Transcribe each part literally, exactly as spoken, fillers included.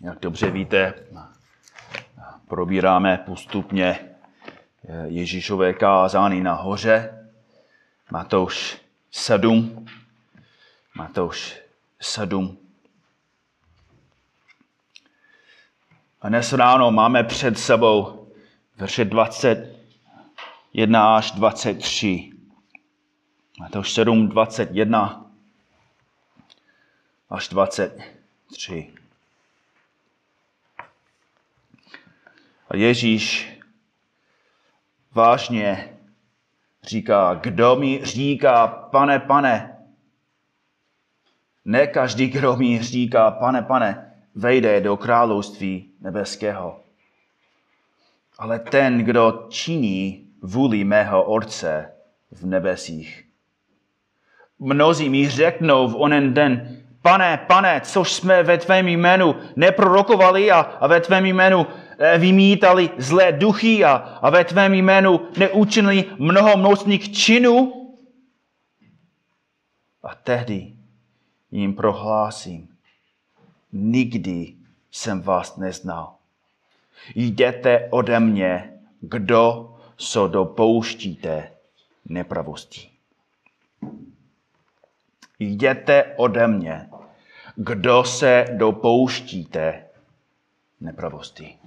Jak dobře víte, probíráme postupně Ježíšové kázání na hoře. Matouš sedm. Matouš sedm. A dnes ráno máme před sebou verše dvacet jedna až dvacet tři. Matouš sedm, dvacet jedna až dvacet tři. A Ježíš vážně říká, kdo mi říká, pane, pane. Ne každý, kdo mi říká, pane, pane, vejde do království nebeského. Ale ten, kdo činí vůli mého Otce v nebesích. Mnozí mi řeknou v onen den, pane, pane, což jsme ve tvém jménu neprorokovali a, a ve tvém jménu vymítali zlé duchy a, a ve tvém jménu neučinili mnoho mocných činů. A tehdy jim prohlásím, nikdy jsem vás neznal. Jděte ode mě, kdo se dopouštíte nepravosti. Jděte ode mě, kdo se dopouštíte nepravosti.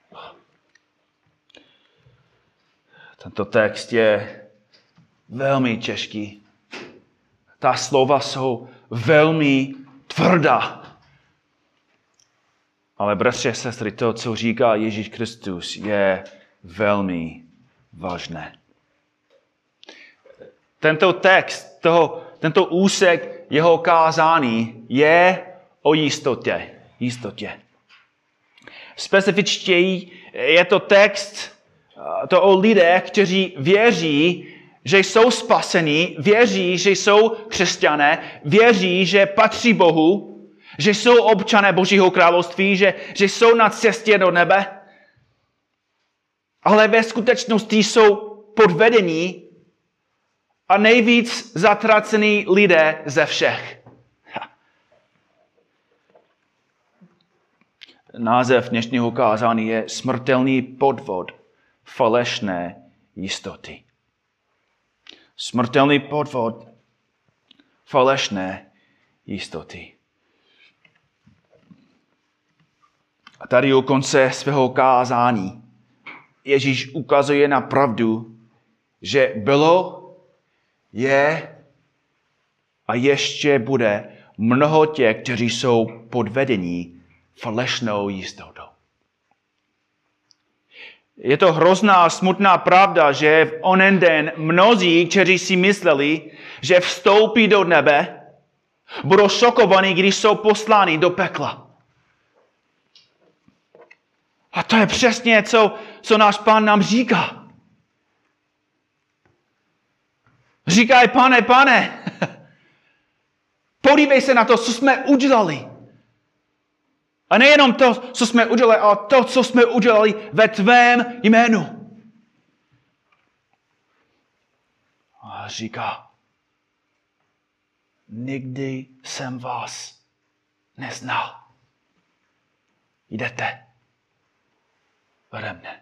Tento text je velmi těžký. Ta slova jsou velmi tvrdá. Ale bratři a sestry, to, co říká Ježíš Kristus, je velmi vážné. Tento text, toho, tento úsek jeho kázání je o jistotě. jistotě. Specifičtěji je to text to o lidech, kteří věří, že jsou spasení, věří, že jsou křesťané, věří, že patří Bohu, že jsou občané Božího království, že, že jsou na cestě do nebe, ale ve skutečnosti jsou podvedení a nejvíc zatracení lidé ze všech. Název dnešního kázání je Smrtelný podvod falešné jistoty. Smrtelný podvod falešné jistoty. A tady u konce svého kázání Ježíš ukazuje na pravdu, že bylo, je a ještě bude mnoho těch, kteří jsou podvedení falešnou jistotou. Je to hrozná, smutná pravda, že v onen den mnozí, kteří si mysleli, že vstoupí do nebe, budou šokovaní, když jsou posláni do pekla. A to je přesně, co, co náš Pán nám říká. Říkají, pane, pane, podívej se na to, co jsme udělali. A nejenom to, co jsme udělali, ale to, co jsme udělali ve tvém jménu. A říká, nikdy jsem vás neznal. Jdete ode mne.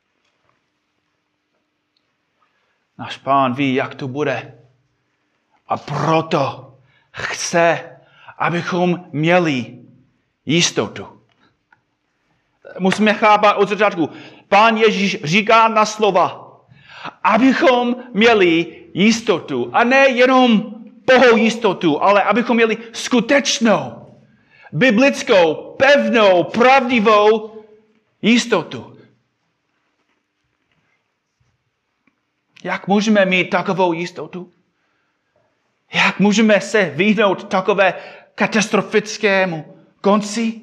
Náš Pán ví, jak to bude. A proto chce, abychom měli jistotu. Musíme chápat od začátku. Pán Ježíš říká na slova, abychom měli jistotu. A ne jenom pouhou jistotu, ale abychom měli skutečnou, biblickou, pevnou, pravdivou jistotu. Jak můžeme mít takovou jistotu? Jak můžeme se vyhnout takové katastrofickému konci?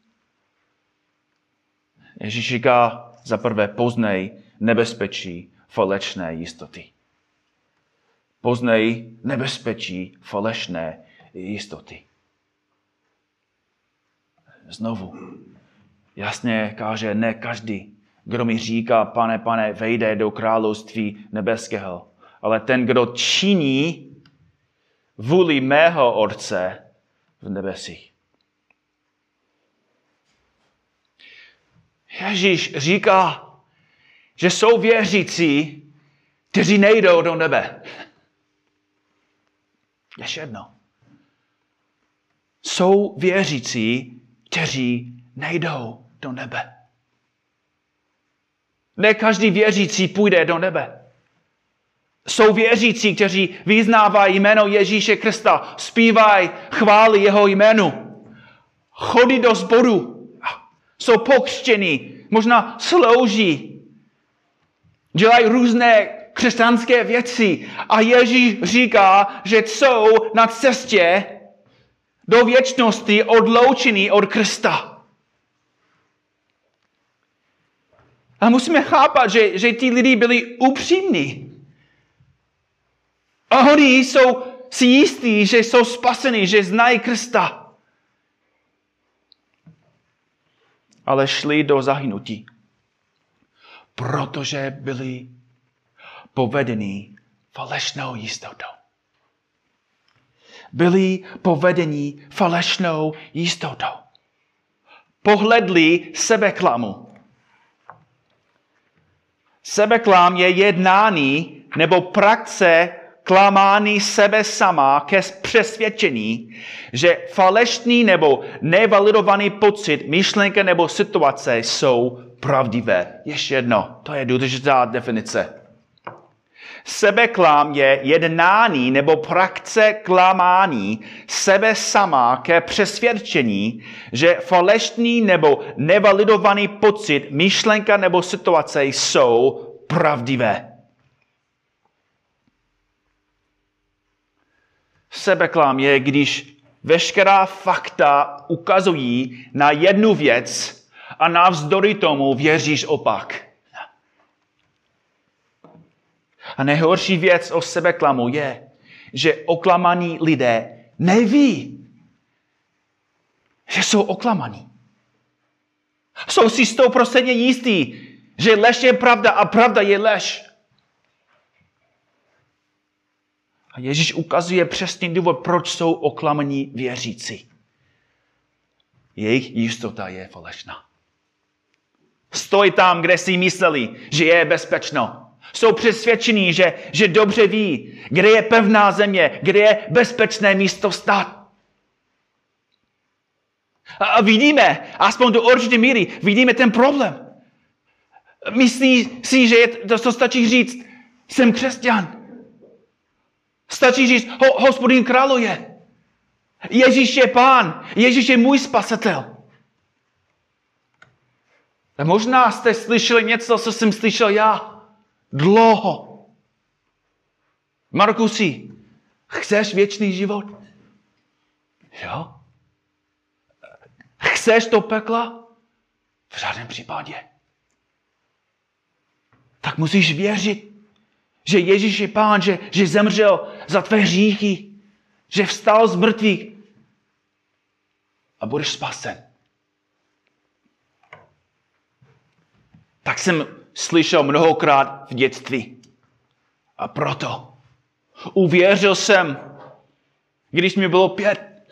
Ježíš říká, za prvé poznej nebezpečí falešné jistoty. Poznej nebezpečí falešné jistoty. Znovu, jasně káže, ne každý, kdo mi říká, pane, pane, vejde do království nebeského. Ale ten, kdo činí vůli mého Otce v nebesích. Ježíš říká, že jsou věřící, kteří nejdou do nebe. Ještě jedno. Jsou věřící, kteří nejdou do nebe. Ne každý věřící půjde do nebe. Jsou věřící, kteří vyznávají jméno Ježíše Krista, zpívají chvály jeho jménu, chodí do sboru, jsou pokřtění, možná slouží, dělají různé křesťanské věci a Ježíš říká, že jsou na cestě do věčnosti odloučení od Krista. A musíme chápat, že, že ti lidi byli upřímní. A oni jsou si jistí, že jsou spaseni, že znají Krista. Ale šli do zahynutí, protože byli povedení falešnou jistotou. Byli povedení falešnou jistotou. Pohledli sebeklamu. Sebeklam je jednání nebo praxe klamání sebe sama ke přesvědčení, že falešný nebo nevalidovaný pocit, myšlenka nebo situace jsou pravdivé. Ještě jedno, to je důležitá definice. Sebeklam je jednání nebo praxe klamání sebe sama ke přesvědčení, že falešný nebo nevalidovaný pocit, myšlenka nebo situace jsou pravdivé. Sebeklam je, když veškerá fakta ukazují na jednu věc a navzdory tomu věříš opak. A nejhorší věc o sebeklamu je, že oklamaní lidé neví, že jsou oklamaní. Jsou si stoprocentně jistí, že lež je pravda a pravda je lež. A Ježíš ukazuje přesný důvod, proč jsou oklamaní věřící. Jejich jistota je falešná. Stojí tam, kde si mysleli, že je bezpečno. Jsou přesvědčení, že, že dobře ví, kde je pevná země, kde je bezpečné místo stát. A, a vidíme, aspoň do určité míry, vidíme ten problém. Myslí si, že je, to, to stačí říct, jsem křesťan. Stačí říct, ho, Hospodin králuje. Ježíš je Pán, Ježíš je můj spasitel. A možná jste slyšeli něco, co jsem slyšel já. Dlouho. Markusi, chceš věčný život? Jo? Chceš do pekla? V žádném případě. Tak musíš věřit, že Ježíš je Pán, že, že zemřel za tvé hříchy, že vstal z mrtvých a budeš spasen. Tak jsem slyšel mnohokrát v dětství. A proto uvěřil jsem, když mi bylo pět.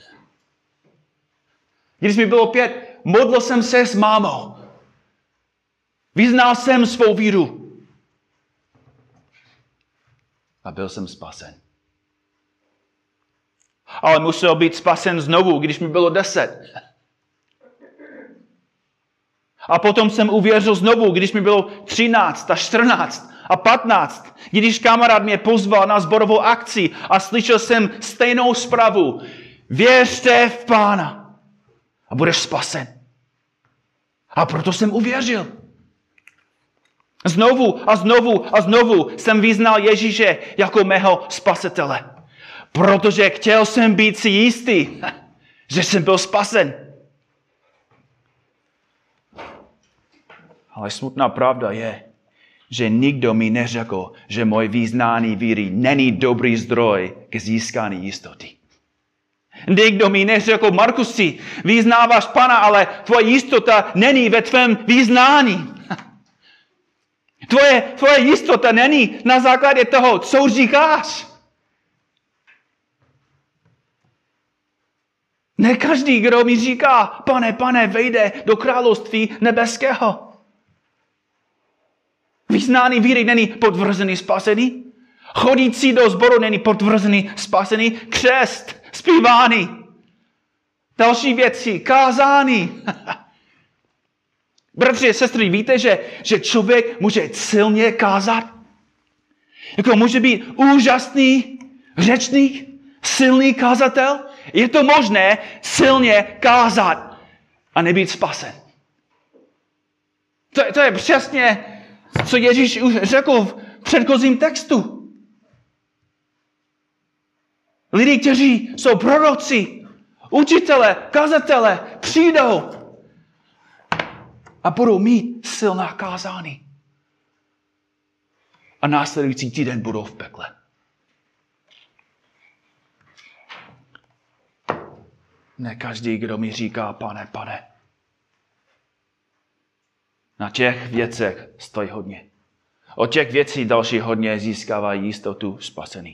Když mi bylo pět, modlil jsem se s mámou. Vyznal jsem svou víru. A byl jsem spasen. Ale musel být spasen znovu, když mi bylo deset. A potom jsem uvěřil znovu, když mi bylo třináct a čtrnáct a patnáct, když kamarád mě pozval na sborovou akci a slyšel jsem stejnou zprávu. Věřte v Pána a budeš spasen. A proto jsem uvěřil. Znovu a znovu a znovu jsem vyznal Ježíše jako mého spasitele. Protože chtěl jsem být si jistý, že jsem byl spasen. Ale smutná pravda je, že nikdo mi neřekl, že moje vyznání víry není dobrý zdroj k získání jistoty. Nikdo mi neřekl, Markusi, vyznáváš Pana, ale tvoje jistota není ve tvém vyznání. Tvoje, tvoje jistota není na základě toho, co říkáš. Ne každý, kdo mi říká, pane, pane, vejde do království nebeského. Vyznání víry není potvrzený spasený. Chodící do sboru není potvrzený spasený. Křest, zpívání, další věci, kázání. Bratři, sestry, víte, že, že člověk může silně kázat? Jako může být úžasný řečník, silný kázatel? Je to možné silně kázat a nebýt spasen? To, to je přesně, co Ježíš už řekl v předchozím textu. Lidi, kteří jsou proroci, učitele, kazatele, přijdou a budou mít silná kázání. A následující týden budou v pekle. Ne každý, kdo mi říká, pane, pane. Na těch věcech stojí hodně. Od těch věcí další hodně získávají jistotu spasený.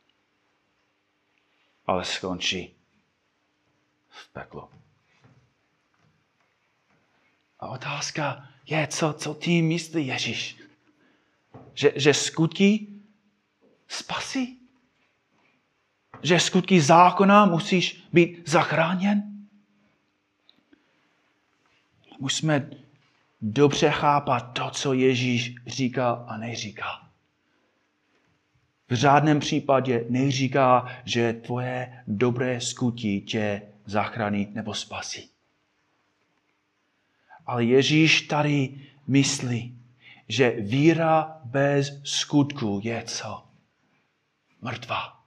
Ale skončí v peklu. A otázka je, co, co tím myslí Ježíš? Že, že skutky spasí? Že skutky zákona musíš být zachráněn? Musíme dobře chápat to, co Ježíš říká a neříká. V žádném případě neříká, že tvoje dobré skutky tě zachrání nebo spasí. Ale Ježíš tady myslí, že víra bez skutku je co? Mrtvá.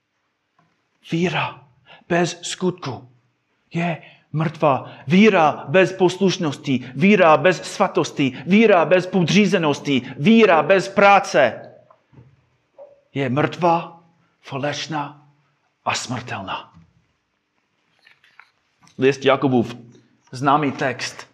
Víra bez skutku je mrtvá. Víra bez poslušnosti, víra bez svatosti, víra bez podřízenosti, víra bez práce je mrtvá, falešná a smrtelná. List Jakubův, známý text.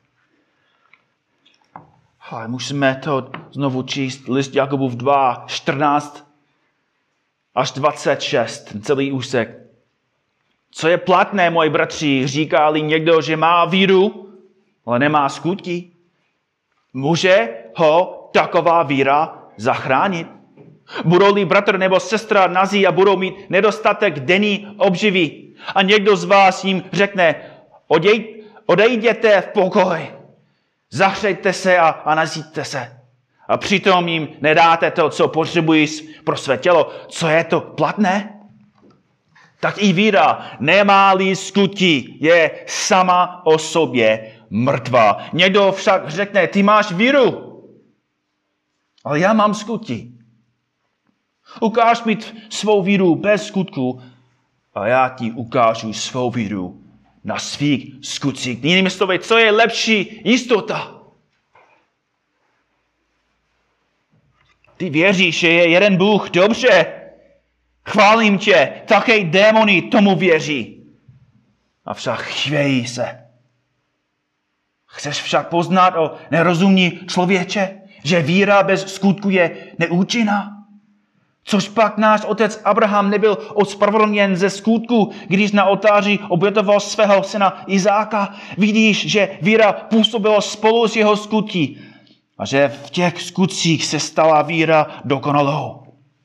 Ale musíme to znovu číst. List Jakubův dva, čtrnáct až dvacet šest, celý úsek. Co je platné, moji bratři, říká-li někdo, že má víru, ale nemá skutky? Může ho taková víra zachránit? Budou-li bratr nebo sestra nazí a budou mít nedostatek denní obživy a někdo z vás jim řekne, odej, odejděte v pokoj, zahřejte se a, a nazíte se. A přitom jim nedáte to, co potřebují pro své tělo. Co je to platné? Tak i víra, nemá-li skutky, je sama o sobě mrtvá. Někdo však řekne, ty máš víru, ale já mám skutky. Ukáž mi svou víru bez skutku a já ti ukážu svou víru na svých skutcích. Jinými slovy, co je lepší jistota? Ty věříš, že je jeden Bůh, dobře. Chválím tě, také démoni tomu věří. Avšak chvějí se. Chceš však poznat o nerozumní člověče, že víra bez skutku je neúčinná? Což pak náš otec Abraham nebyl ospravedlněn ze skutku, když na oltáři obětoval svého syna Izáka. Vidíš, že víra působila spolu s jeho skutky a že v těch skutcích se stala víra dokonalou.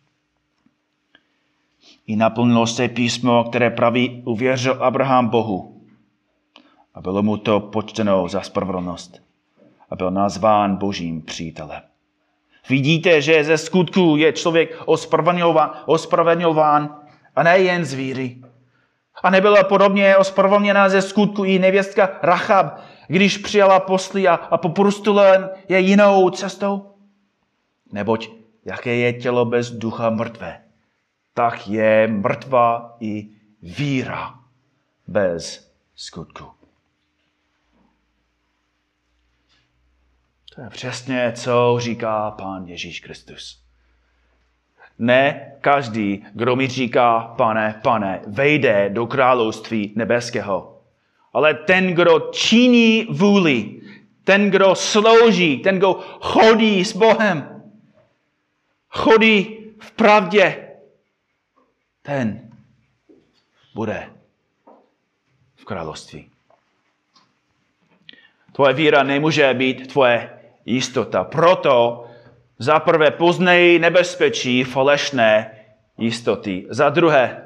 I naplnilo se písmo, které praví, uvěřil Abraham Bohu. A bylo mu to počteno za spravedlnost. A byl nazván Božím přítelem. Vidíte, že ze skutku je člověk ospravedlňován, ospravedlňován a ne jen z víry. A nebyla podobně ospravedlněna ze skutku i nevěstka Rachab, když přijala posly a, a poprostila je jinou cestou? Neboť jaké je tělo bez ducha mrtvé, tak je mrtvá i víra bez skutku. To je přesně, co říká Pán Ježíš Kristus. Ne každý, kdo mi říká, pane, pane, vejde do království nebeského. Ale ten, kdo činí vůli, ten, kdo slouží, ten, kdo chodí s Bohem, chodí v pravdě, ten bude v království. Tvoje víra nemůže být tvoje jistota. Proto Za prvé, poznej nebezpečí falešné jistoty. Za druhé,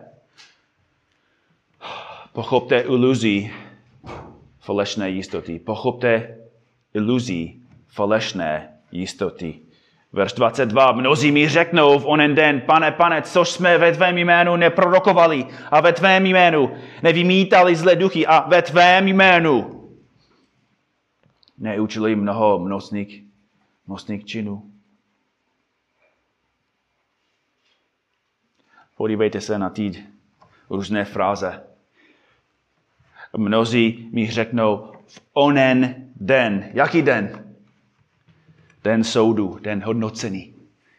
pochopte iluzí falešné jistoty. Pochopte iluzí falešné jistoty. Verš dvacet dva. Mnozí mi řeknou v onen den, pane, pane, což jsme ve tvém jménu neprorokovali a ve tvém jménu nevymítali zlé duchy a ve tvém jménu neučili mnoho množných, množných činů. Podívejte se na ty různé fráze. Mnozí mi řeknou v onen den. Jaký den? Den soudu, den hodnocení,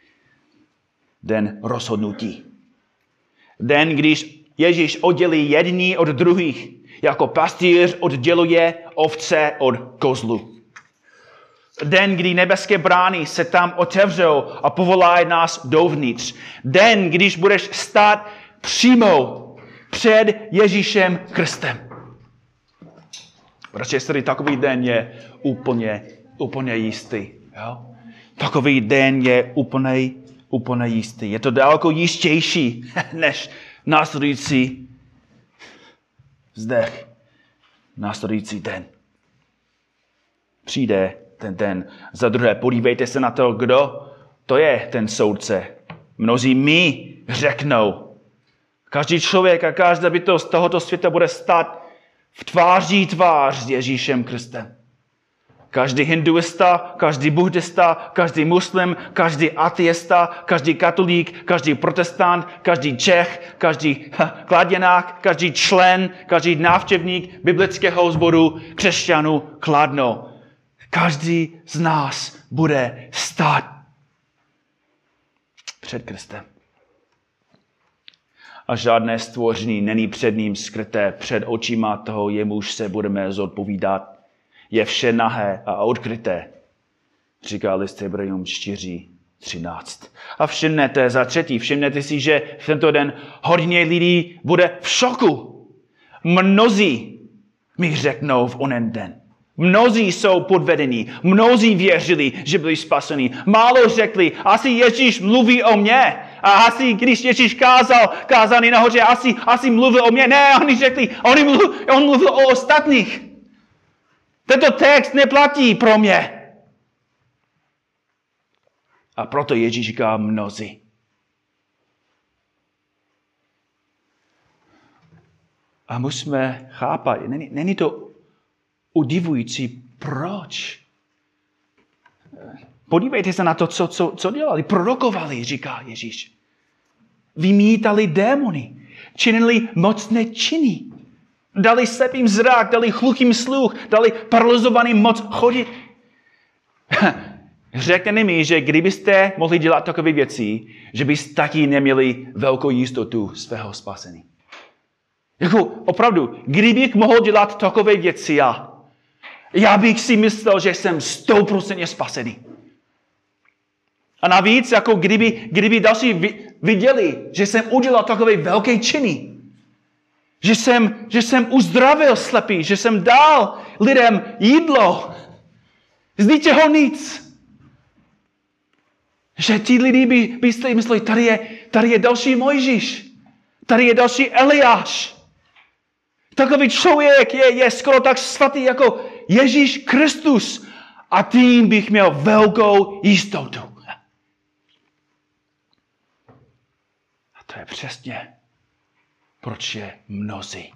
den rozhodnutí. Den, když Ježíš oddělí jední od druhých, jako pastýř odděluje ovce od kozlu. Den, kdy nebeské brány se tam otevřou a povolají nás dovnitř. Den, když budeš stát přímo před Ježíšem Kristem. Protože tady takový den je úplně, úplně jistý. Jo? Takový den je úplně, úplně jistý. Je to daleko jistější než následující vzdech. Následující den. Přijde ten den. Za druhé, podívejte se na to, kdo to je ten soudce. Mnozí mi řeknou. Každý člověk a každá bytost tohoto světa bude stát v tváří tvář s Ježíšem Kristem. Každý hinduista, každý buddhista, každý muslim, každý ateista, každý katolík, každý protestant, každý Čech, každý kladěnák, každý člen, každý návštěvník biblického sboru křesťanů Kladno. Každý z nás bude stát před Kristem. A žádné stvoření není před ním skryté, před očima toho, jemuž se budeme zodpovídat. Je vše nahé a odkryté, říká list Hebrejům čtyři třináct. A všimnete, za třetí, všimnete si, že v tento den hodně lidí bude v šoku. Mnozí mi řeknou v onen den. Mnozí jsou podvedení, mnozí věřili, že byli spaseni. Málo řekli, asi Ježíš mluví o mně. A asi, když Ježíš kázal, kázali nahoře, asi, asi mluvil o mně. Ne, oni řekli, on mluvil, on mluvil o ostatních. Tento text neplatí pro mě. A proto Ježíš říká mnozí. A musíme chápat, není, není to udivující, proč? Podívejte se na to, co, co, co dělali. Prorokovali, říká Ježíš. Vymítali démony. Činili mocné činy. Dali slepým zrak, dali hluchým sluch, dali paralyzovaným moc chodit. Řekněte mi, že kdybyste mohli dělat takové věci, že byste taky neměli velkou jistotu svého spasení. Jako opravdu, kdybych mohl dělat takové věci já, já bych si myslel, že jsem stoprocentně spasený. A navíc, jako kdyby, kdyby další viděli, že jsem udělal takové velké činy, že jsem, že jsem uzdravil slepý, že jsem dal lidem jídlo, z ničeho nic. Že ti lidi by, byste mysleli, tady je, tady je další Mojžíš, tady je další Eliáš. Takový člověk je, je skoro tak svatý jako Ježíš Kristus. A tím bych měl velkou jistotu. A to je přesně, proč je mnozí.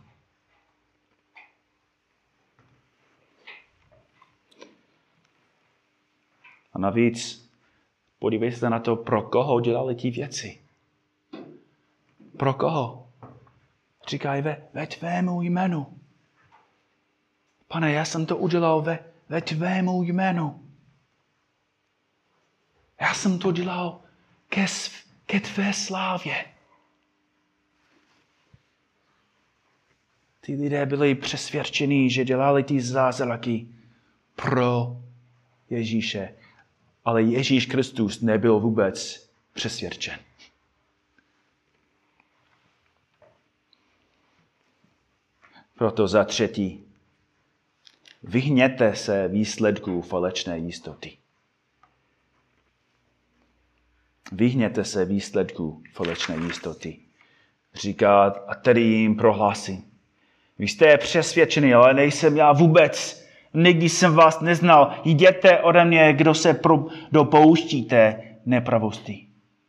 A navíc, podívejte se na to, pro koho dělali ti věci. Pro koho? Říkají ve, ve tvému jménu. Pane, já jsem to udělal ve, ve tvému jménu. Já jsem to dělal ke, ke tvé slávě. Ty lidé byli přesvědčení, že dělali ty zázraky pro Ježíše. Ale Ježíš Kristus nebyl vůbec přesvědčen. Proto za třetí, vyhněte se výsledků falešné jistoty. vyhněte se výsledku falešné jistoty. Říká a tedy jim prohlásí. Vy jste přesvědčeni, ale nejsem já vůbec. Nikdy jsem vás neznal. Jděte ode mě, kdo se pro, dopouštíte nepravosti.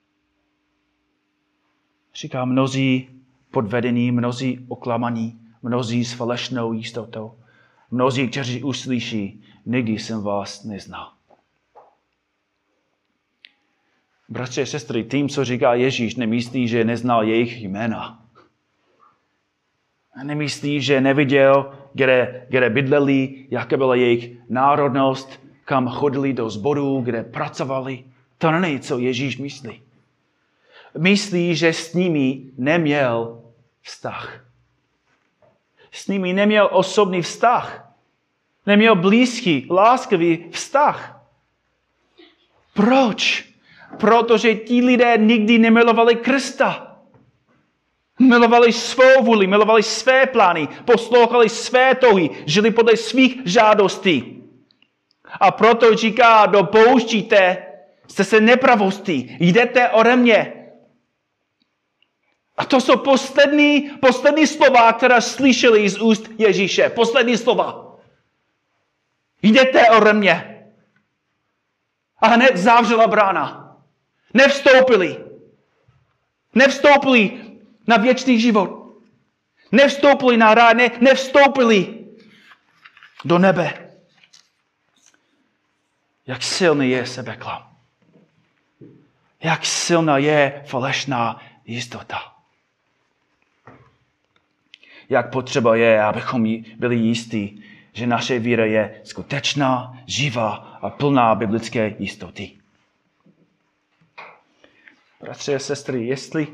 Říká mnozí podvedení, mnozí oklamaní, mnozí s falešnou jistotou, mnozí, kteří uslyší, nikdy jsem vás neznal. Bratři a sestry, tím, co říká Ježíš, nemyslí, že neznal jejich jména. Nemyslí, že neviděl, kde, kde bydleli, jaká byla jejich národnost, kam chodili do sboru, kde pracovali. To není, co Ježíš myslí. Myslí, že s nimi neměl vztah. S nimi neměl osobní vztah. Neměl blízký, láskavý vztah. Proč? Protože ti lidé nikdy nemilovali Krista. Milovali svou vůli, milovali své plány, poslouchali své touhy, žili podle svých žádostí. A proto říká, dopouštíte jste se nepravosti, jdete ode mě. A to jsou poslední, poslední slova, která slyšeli z úst Ježíše. Poslední slova. Jdete ode mě. A hned zavřela brána. Nevstoupili. Nevstoupili na věčný život. Nevstoupili na ráj, ne, nevstoupili do nebe. Jak silný je sebeklam. Jak silná je falešná jistota. Jak potřeba je, abychom byli jistí, že naše víra je skutečná, živá a plná biblické jistoty. Bratři a sestry, jestli,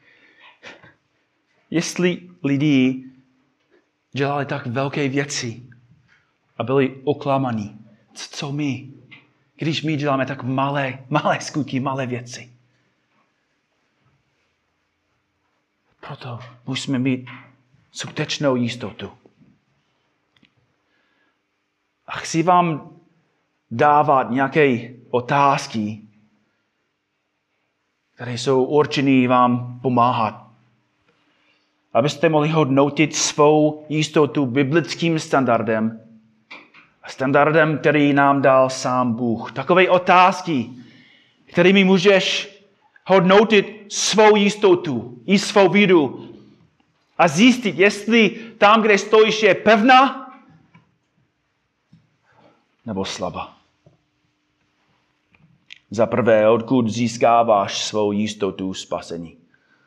jestli lidi dělali tak velké věci a byli oklamaní, co my, když my děláme tak malé, malé skutky, malé věci. Proto musíme mít skutečnou jistotu. A chci vám dávat nějaké otázky, které jsou určené vám pomáhat. Abyste mohli hodnotit svou jistotu biblickým standardem a standardem, který nám dal sám Bůh. Takové otázky, kterými můžeš hodnotit svou jistotu i svou víru a zjistit, jestli tam, kde stojíš, je pevná nebo slabá. Za prvé, odkud získáváš svou jistotu spasení?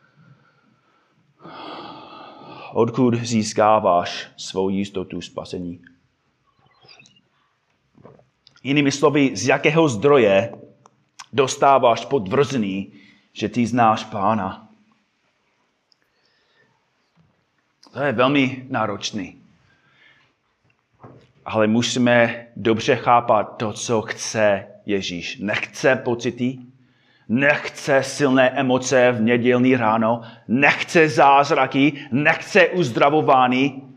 Odkud získáváš svou jistotu spasení? Jinými slovy, z jakého zdroje dostáváš potvrzený, že ty znáš Pána? To je velmi náročný. Ale musíme dobře chápat to, co chce Ježíš. Nechce pocity, nechce silné emoce v nedělní ráno, nechce zázraky, nechce uzdravování.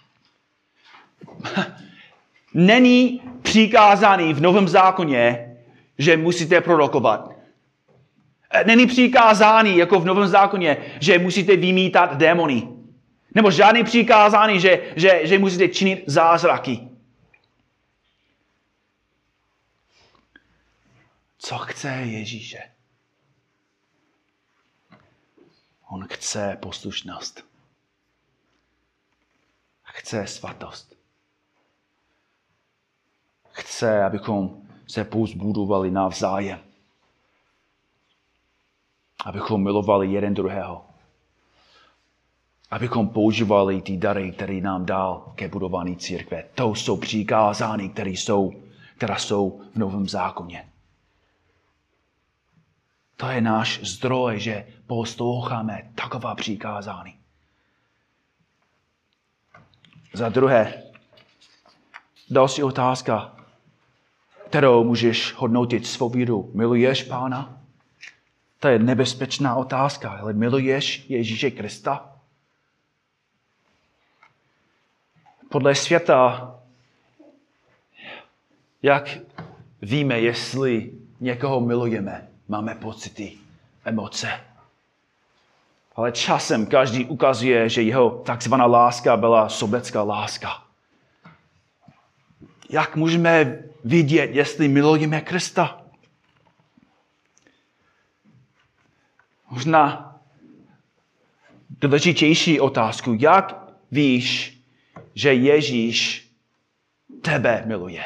Není přikázaný v Novém zákoně, že musíte prorokovat. Není přikázaný jako v Novém zákoně, že musíte vymítat démony. Nebo žádný přikázání, že, že, že musíte činit zázraky. Co chce Ježíše? On chce poslušnost. Chce svatost. Chce, abychom se povzbudovali navzájem. Abychom milovali jeden druhého. Abychom používali ty dary, které nám dal ke budování církve. To jsou přikázání, které jsou, která jsou v Novém zákoně. To je náš zdroj, že posloucháme taková přikázání. Za druhé, další otázka, kterou můžeš hodnotit svou víru. Miluješ Pána? To je nebezpečná otázka, ale miluješ Ježíše Krista? Podle světa, jak víme, jestli někoho milujeme? máme pocity, emoce. Ale časem každý ukazuje, že jeho takzvaná láska byla sobecká láska. Jak můžeme vidět, jestli milujeme Krista? Možná důležitější otázku. Jak víš, že Ježíš tebe miluje?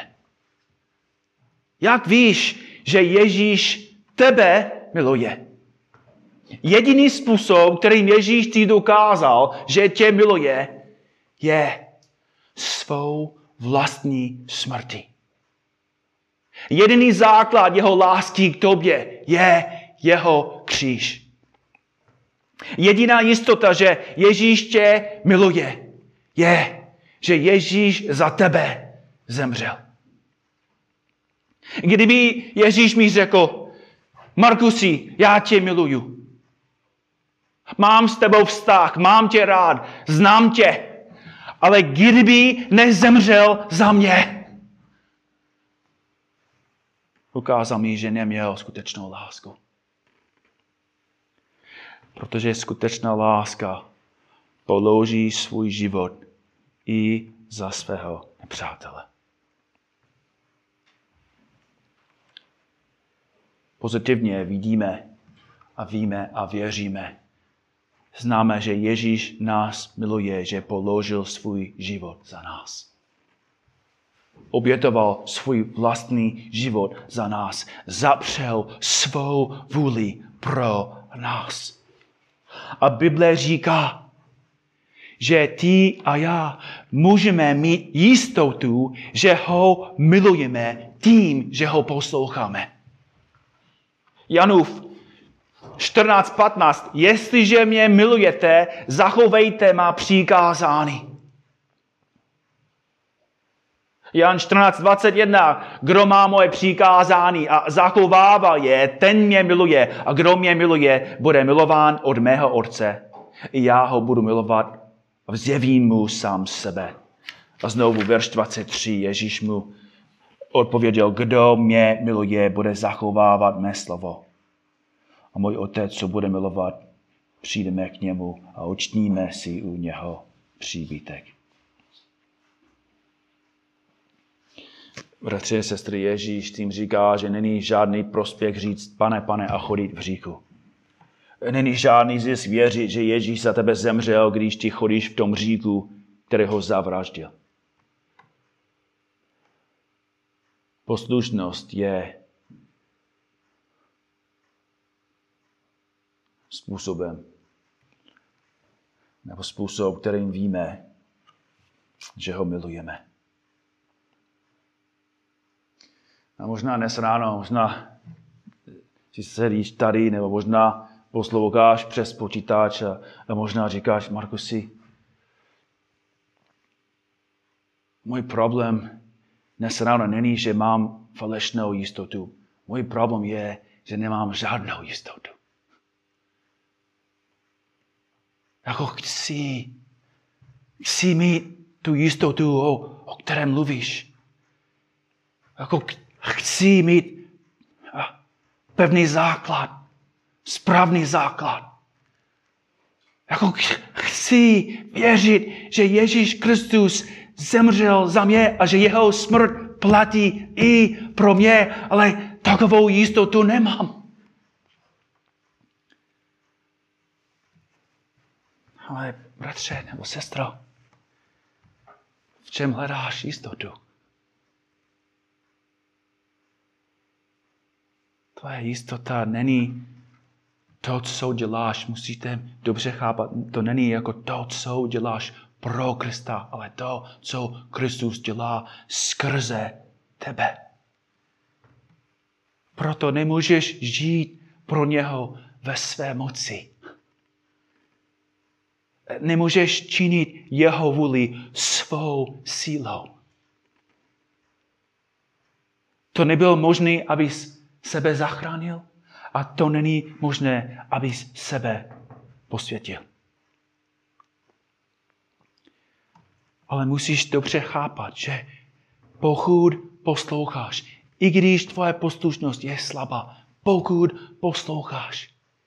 Jak víš, že Ježíš tebe miluje? Jediný způsob, kterým Ježíš ti dokázal, že tě miluje, je svou vlastní smrti. Jediný základ jeho lásky k tobě je jeho kříž. Jediná jistota, že Ježíš tě miluje, je, že Ježíš za tebe zemřel. Kdyby Ježíš mi řekl, Markusi, já tě miluju. Mám s tebou vztah, mám tě rád, znám tě, ale kdyby nezemřel za mě, ukázal mi, že neměl skutečnou lásku. Protože skutečná láska položí svůj život i za svého nepřátele. Pozitivně vidíme a víme a věříme. Známe, že Ježíš nás miluje, že položil svůj život za nás. Obětoval svůj vlastní život za nás. Zapřel svou vůli pro nás. A Bible říká, že ty a já můžeme mít jistotu, že ho milujeme tím, že ho posloucháme. Janův čtrnáct patnáct. Jestliže mě milujete, zachovejte má přikázání. Jan čtrnáct dvacet jedna. Kdo má moje přikázání a zachovává je, ten mě miluje. A kdo mě miluje, bude milován od mého Otce. I já ho budu milovat a vzjevím mu sám sebe. A znovu verš dvacet tři. Ježíš mu odpověděl, kdo mě miluje, bude zachovávat mé slovo. A můj Otec, co bude milovat, přijdeme k němu a učiníme si u něho příbytek. Bratři a sestry, Ježíš tím říká, že není žádný prospěch říct pane, pane a chodit v hříchu. Není žádný zisk věřit, že Ježíš za tebe zemřel, když ty chodíš v tom hříchu, který ho zavraždil. Poslušnost je způsobem, nebo způsob, kterým víme, že ho milujeme. A možná dnes ráno, možná si sedíš tady, nebo možná posloucháš přes počítač a, a možná říkáš, Markusi, můj problém dnes ráno není, že mám falešnou jistotu. Můj problém je, že nemám žádnou jistotu. Jako chci, chci mít tu jistotu, o, o které mluvíš. Jako chci mít pevný základ, správný základ. Jako chci věřit, že Ježíš Kristus zemřel za mě a že jeho smrt platí i pro mě, ale takovou jistotu nemám. Ale bratře nebo sestro, v čem hledáš jistotu? Tvoje jistota není to, co děláš. Musíte dobře chápat, to není jako to, co děláš pro Krista, ale to, co Kristus dělá skrze tebe. Proto nemůžeš žít pro něho ve své moci. Nemůžeš činit jeho vůli svou sílou. To nebylo možné, abys sebe zachránil a to není možné, abys sebe posvětil. Ale musíš dobře chápat, že pokud posloucháš, i když tvoje poslušnost je slabá, Pokud posloucháš,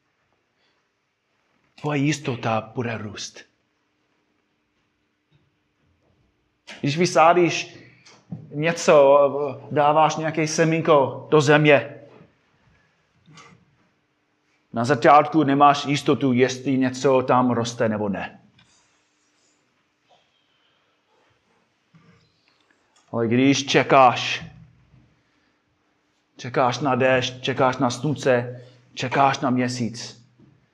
tvoje jistota bude růst. Když vysádíš něco, dáváš nějaké semínko do země, na začátku nemáš jistotu, jestli něco tam roste nebo ne. Ale když čekáš, čekáš na déšť, čekáš na slunce, čekáš na měsíc,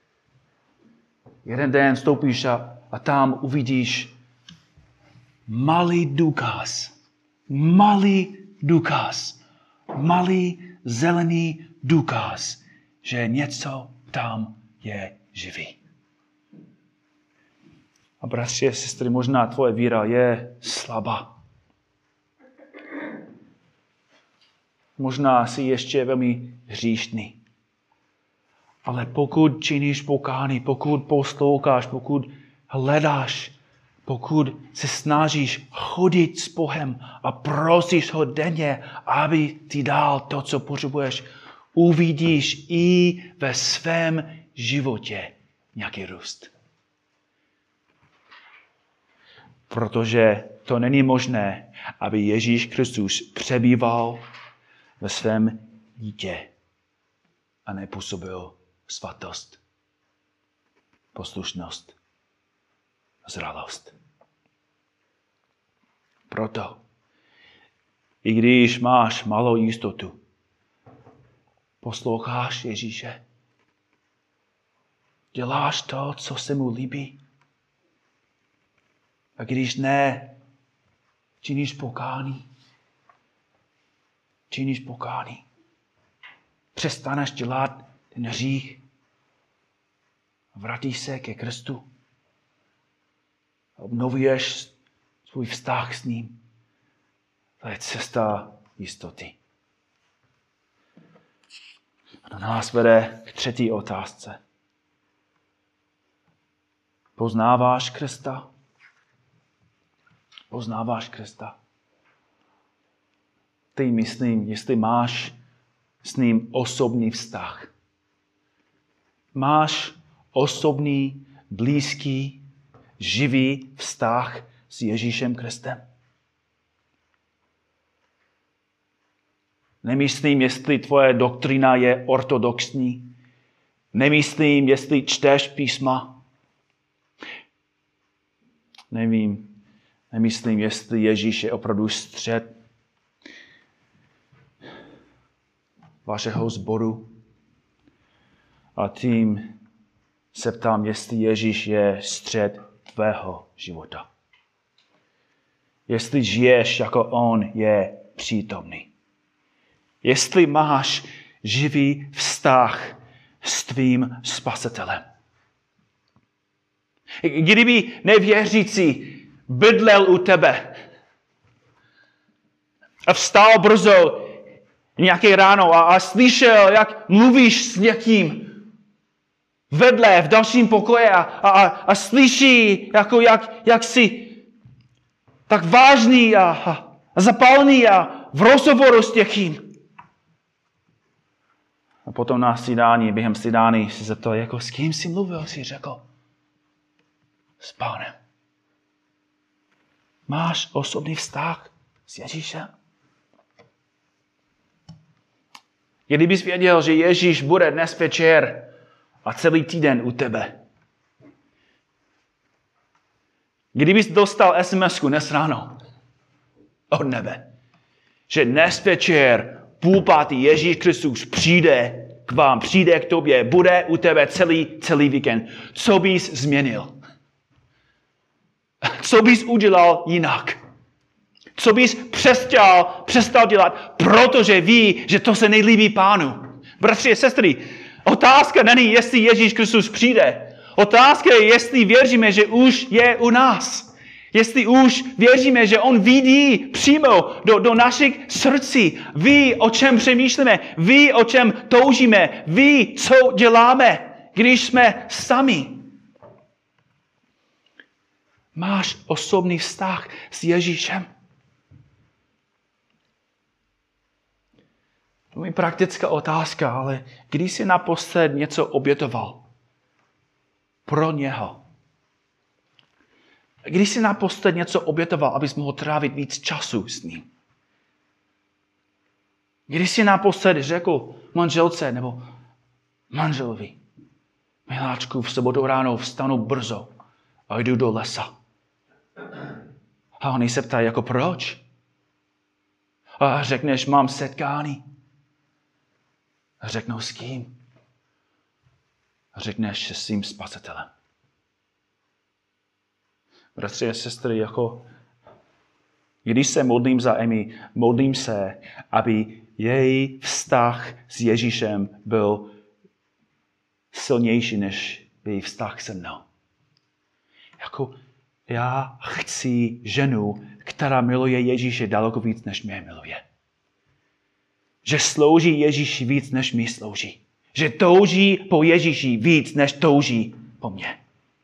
jeden den vstoupíš a, a tam uvidíš malý důkaz, malý důkaz, malý zelený důkaz, že něco tam je živý. A bratři a sestry, možná tvoje víra je slabá. Možná jsi ještě velmi hříšný. Ale pokud činíš pokání, pokud posloucháš, pokud hledáš, pokud se snažíš chodit s Bohem a prosíš ho denně, aby ti dal to, co potřebuješ, uvidíš i ve svém životě nějaký růst. Protože to není možné, aby Ježíš Kristus přebýval ve svém dítě a nepůsobil svatost, poslušnost a zralost. Proto, i když máš malou jistotu, posloucháš Ježíše, děláš to, co se mu líbí. A když ne, činíš pokání. Činíš pokání. Přestaneš dělat ten hřích. Vrátíš se ke Kristu. Obnovuješ svůj vztah s ním. To je cesta jistoty. A to nás vede k třetí otázce. Poznáváš Krista? Poznáváš Krista? Ty myslím, jestli máš s ním osobní vztah. Máš osobní, blízký, živý vztah s Ježíšem Kristem. Nemyslím, jestli tvoje doktrina je ortodoxní. Nemyslím, jestli čteš písma. Nevím. Nemyslím, jestli Ježíš je opravdu střed vašeho sboru. A tím se ptám, jestli Ježíš je střed tvého života. Jestli žiješ, jako on je přítomný. Jestli máš živý vztah s tvým spasitelem. Kdyby nevěřící bydlel u tebe a vstal brzo nějaké ráno a, a slyšel, jak mluvíš s někým vedle v dalším pokoji a, a, a slyší, jako jak, jak jsi tak vážný a, a zapálný a v rozhovoru s někým. A potom na snídání, během snídání si zeptal, jako s kým jsi mluvil, si řekl. S Pánem. Máš osobní vztah s Ježíšem? Kdybys věděl, že Ježíš bude dnes večer a celý týden u tebe. Kdybys dostal es em esku dnes ráno od nebe, že dnes večer půl pátý Ježíš Kristus přijde k vám, přijde k tobě, bude u tebe celý, celý víkend. Co bys změnil? Co bys udělal jinak? Co bys přestal, přestal dělat, protože ví, že to se nelíbí Pánu. Bratři a sestry, otázka není, jestli Ježíš Kristus přijde. Otázka je, jestli věříme, že už je u nás. Jestli už věříme, že on vidí přímo do, do našich srdcí. Ví, o čem přemýšlíme. Ví, o čem toužíme. Ví, co děláme, když jsme sami. Máš osobní vztah s Ježíšem. velmi praktická otázka, ale kdy jsi naposled něco obětoval pro něho? Kdy jsi naposled něco obětoval, abys mohl trávit víc času s ním? Kdy jsi naposled řekl manželce nebo manželovi, miláčku, v sobotu ráno vstanu brzo a jdu do lesa. A oni se ptají, jako proč? A řekneš, mám setkání. A řeknou, s kým? A řekneš, se svým spasitelem. Bratři a sestry, jako když se modlím za Amy, modlím se, aby její vztah s Ježíšem byl silnější než její vztah se mnou. Jako já chci ženu, která miluje Ježíše daleko víc, než mě miluje. Že slouží Ježíši víc, než mi slouží. Že touží po Ježíši víc, než touží po mně.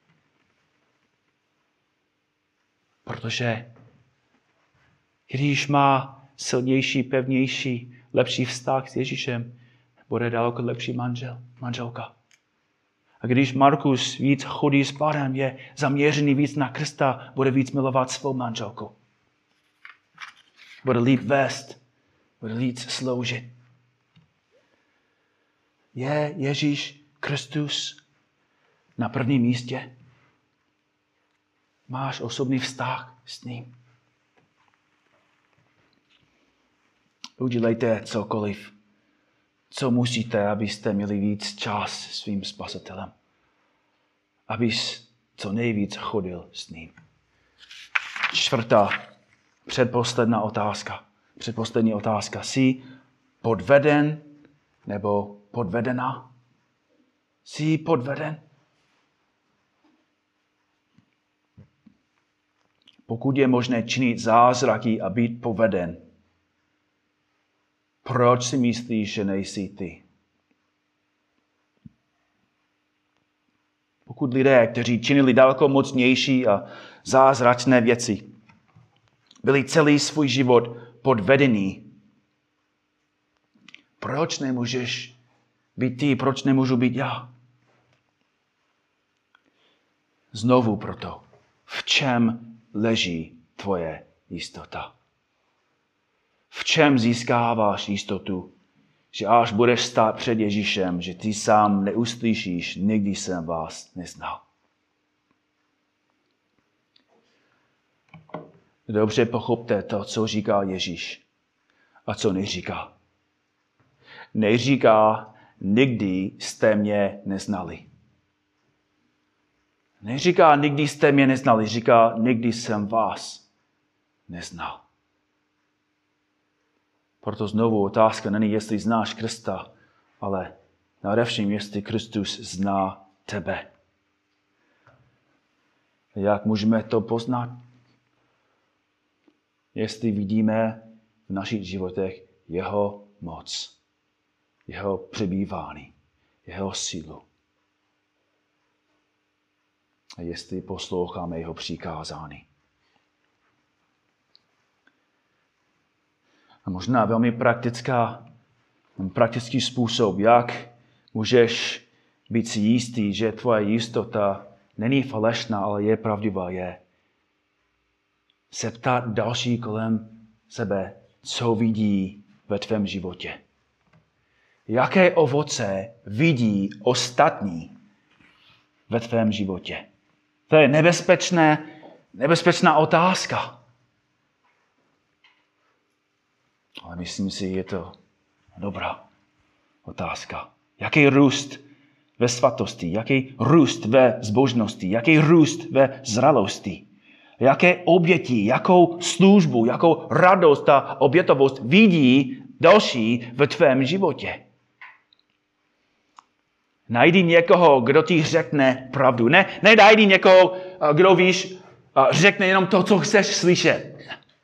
Protože když má silnější, pevnější, lepší vztah s Ježíšem, bude daleko lepší manžel, manželka. A když Markus víc chodí s Pánem, je zaměřený víc na Krista, bude víc milovat svou manželku. Bude líp vést, bude líp sloužit. Je Ježíš Kristus na prvním místě? Máš osobní vztah s ním? Udělejte cokoliv, co musíte, abyste měli víc čas s svým spasitelem. Abys co nejvíc chodil s ním. Čtvrtá, předposledná otázka. Předposlední otázka. Jsi podveden nebo podvedena? Jsi podveden? Pokud je možné činit zázraky a být poveden, proč si myslíš, že nejsi ty? Pokud lidé, kteří činili daleko mocnější a zázračné věci, byli celý svůj život podvedení, proč nemůžeš být ty, proč nemůžu být já? Znovu proto, v čem leží tvoje jistota? V čem získáváš jistotu, že až budeš stát před Ježíšem, že ty sám neuslyšíš, nikdy jsem vás neznal? Dobře pochopte to, co říká Ježíš a co neříká. Neříká, nikdy jste mě neznali. Neříká, nikdy jste mě neznali, říká, nikdy jsem vás neznal. Proto znovu otázka není, jestli znáš Krista, ale nadevším, jestli Kristus zná tebe. Jak můžeme to poznat? Jestli vidíme v našich životech jeho moc, jeho přebývání, jeho sílu. A jestli posloucháme jeho přikázání. A možná velmi praktická, praktický způsob, jak můžeš být si jistý, že tvoje jistota není falešná, ale je pravdivá, je se ptát další kolem sebe, co vidí ve tvém životě. Jaké ovoce vidí ostatní ve tvém životě? To je nebezpečné, nebezpečná otázka. Ale myslím si, je to dobrá otázka. Jaký růst ve svatosti, jaký růst ve zbožnosti, jaký růst ve zralosti, jaké oběti, jakou službu, jakou radost a obětovost vidí další ve tvém životě. Najdi někoho, kdo ti řekne pravdu. Ne, nedajdi někoho, kdo víš, řekne jenom to, co chceš slyšet.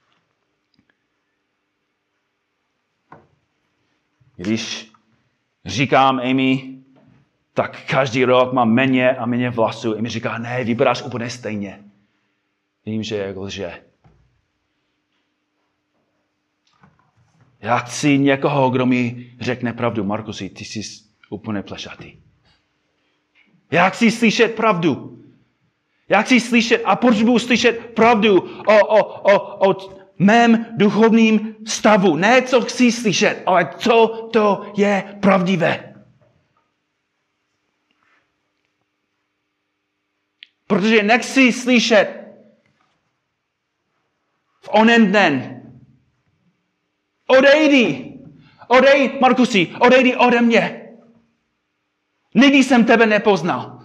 Když říkám Amy, tak každý rok mám méně a méně vlasů. Amy říká, ne, vypadáš úplně stejně. Vím, že je lže. Já chci někoho, kdo mi řekne pravdu. Markusi, ty jsi úplně plešatý. Já chci slyšet pravdu. Já chci slyšet a potřebuji slyšet pravdu o, o, o, o mém duchovním stavu. Ne, co chci slyšet, ale co to je pravdivé. Protože nechci slyšet v onen den. Odejdi. Odejdi, Markusi, odejdi ode mě. Nikdy jsem tebe nepoznal.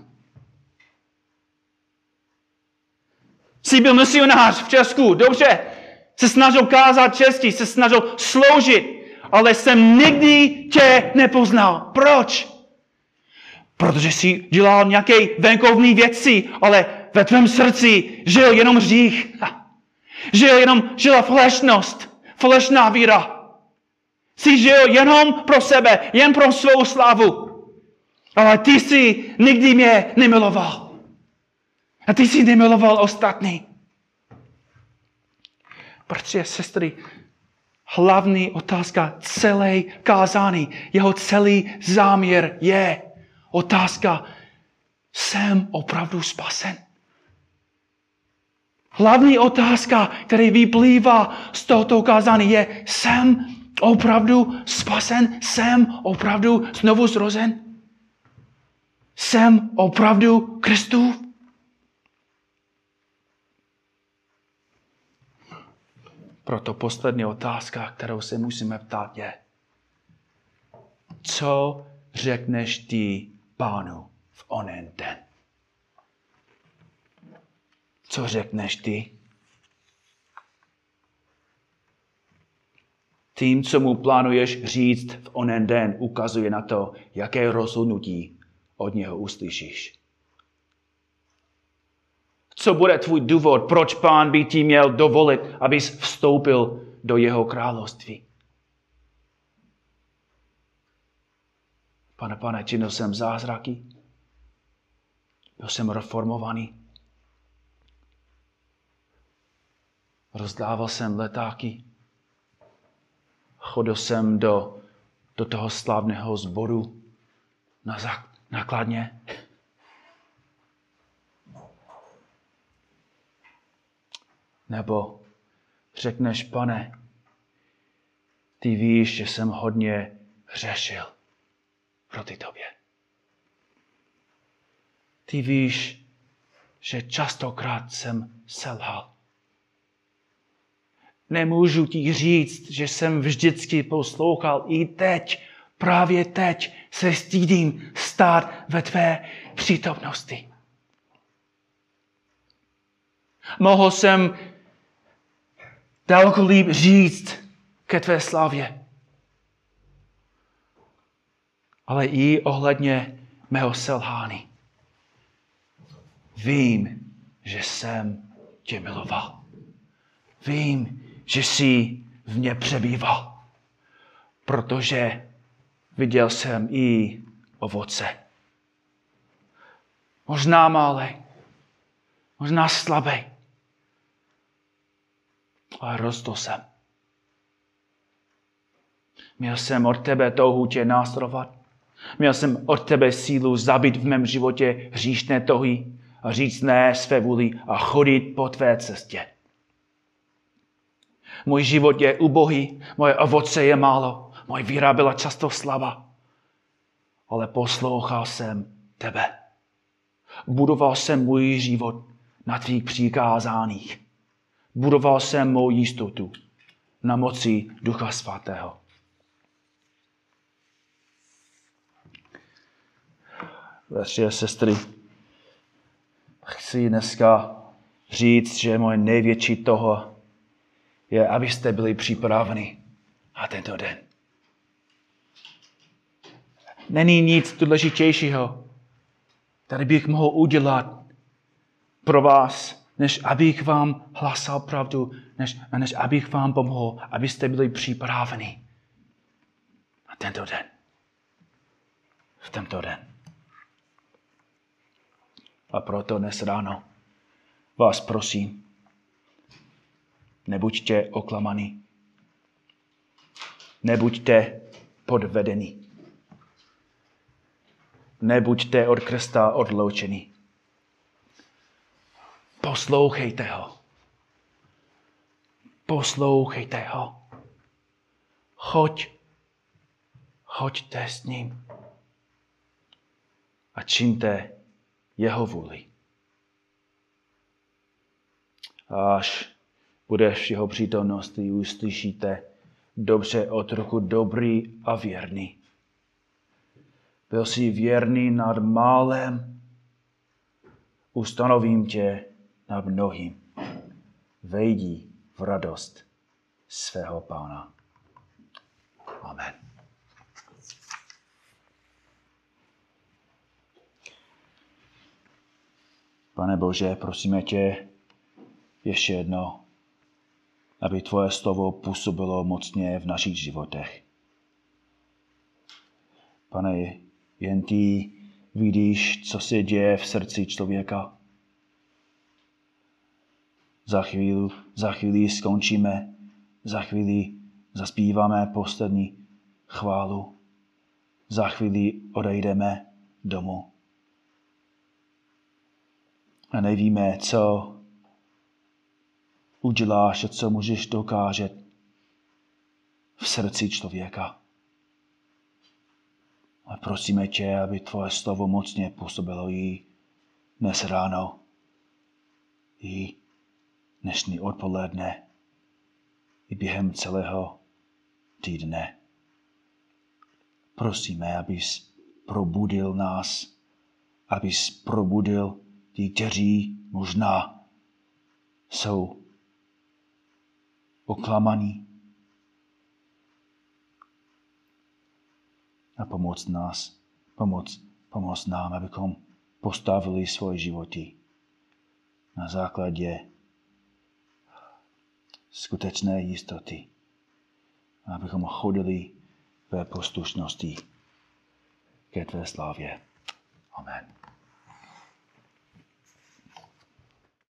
Jsi byl misionář v Česku, dobře. Se snažil kázat česky, se snažil sloužit, ale jsem nikdy tě nepoznal. Proč? Protože jsi dělal nějaké venkovní věci, ale ve tvém srdci žil jenom hřích. Žil jenom, žila falešnost, falešná víra. Jsi žil jenom pro sebe, jen pro svou slavu. Ale ty jsi nikdy mě nemiloval. A ty jsi nemiloval ostatní. Bratři a sestry, hlavní otázka celé kázání, jeho celý záměr je otázka, jsem opravdu spasen? Hlavní otázka, která vyplývá z tohoto kázání je, jsem opravdu spasen? Jsem opravdu znovu zrozen? Jsem opravdu Kristův? Proto poslední otázka, kterou se musíme ptát, je, co řekneš ty Pánu v onen den? Co řekneš ty? Tím, co mu plánuješ říct v onen den, ukazuje na to, jaké rozhodnutí od něho uslyšíš. Co bude tvůj důvod, proč Pán by ti měl dovolit, abys vstoupil do jeho království? Pane, pane, činil jsem zázraky. Byl jsem reformovaný. Rozdával jsem letáky. Chodil jsem do, do toho slavného sboru na základně. Nebo řekneš, Pane, ty víš, že jsem hodně hřešil proti tobě. Ty víš, že častokrát jsem selhal. Nemůžu ti říct, že jsem vždycky poslouchal. I teď, právě teď se stydím stát ve tvé přítomnosti. Mohl jsem daleko líp říct ke tvé slavě. Ale i ohledně mého selhání. Vím, že jsem tě miloval. Vím, že jsi v mě přebýval. Protože viděl jsem i ovoce. Možná malé, možná slabé. Ale rostl jsem. Měl jsem od tebe touhu tě následovat. Měl jsem od tebe sílu zabít v mém životě hříšné touhy a říct ne své vůli a chodit po tvé cestě. Můj život je ubohý, moje ovoce je málo, moje víra byla často slabá. Ale poslouchal jsem tebe. Budoval jsem můj život na tvých přikázáních. Budoval jsem mou jistotu na moci Ducha Svatého. Bratři a sestry, chci dneska říct, že moje největší toho je, abyste byli připraveni na tento den. Není nic důležitějšího, který bych mohl udělat pro vás, než abych vám hlásal pravdu, než, než abych vám pomohl, abyste byli připraveni na tento den. V tento den. A proto dnes ráno vás prosím, nebuďte oklamaní. Nebuďte podvedení. Nebuďte od Krista odloučení. Poslouchejte ho. Poslouchejte ho. Choď. Choďte s ním. A čiňte jeho vůli. Až budeš v jeho přítomnosti, uslyšíte: dobře, otroku dobrý a věrný. Byl jsi věrný nad málem, ustanovím tě nad mnohým. Vejdi v radost svého Pána. Amen. Pane Bože, prosíme tě ještě jednou, aby tvoje slovo působilo mocně v našich životech. Pane, jen ty vidíš, co se děje v srdci člověka. Za chvíli, za chvíli skončíme, za chvíli zaspíváme poslední chválu, za chvíli odejdeme domů. A nevíme, co uděláš a co můžeš dokázat v srdci člověka. A prosíme tě, aby tvoje slovo mocně působilo i dnes ráno, i dnešní odpoledne, i během celého týdne. Prosíme, abys probudil nás, abys probudil ty, kteří možná jsou oklamaní. A pomoc nás, pomoc, pomoc nám, abychom postavili svoje životy na základě skutečné jistoty. Abychom chodili ve poslušnosti ke tvé slávě. Amen.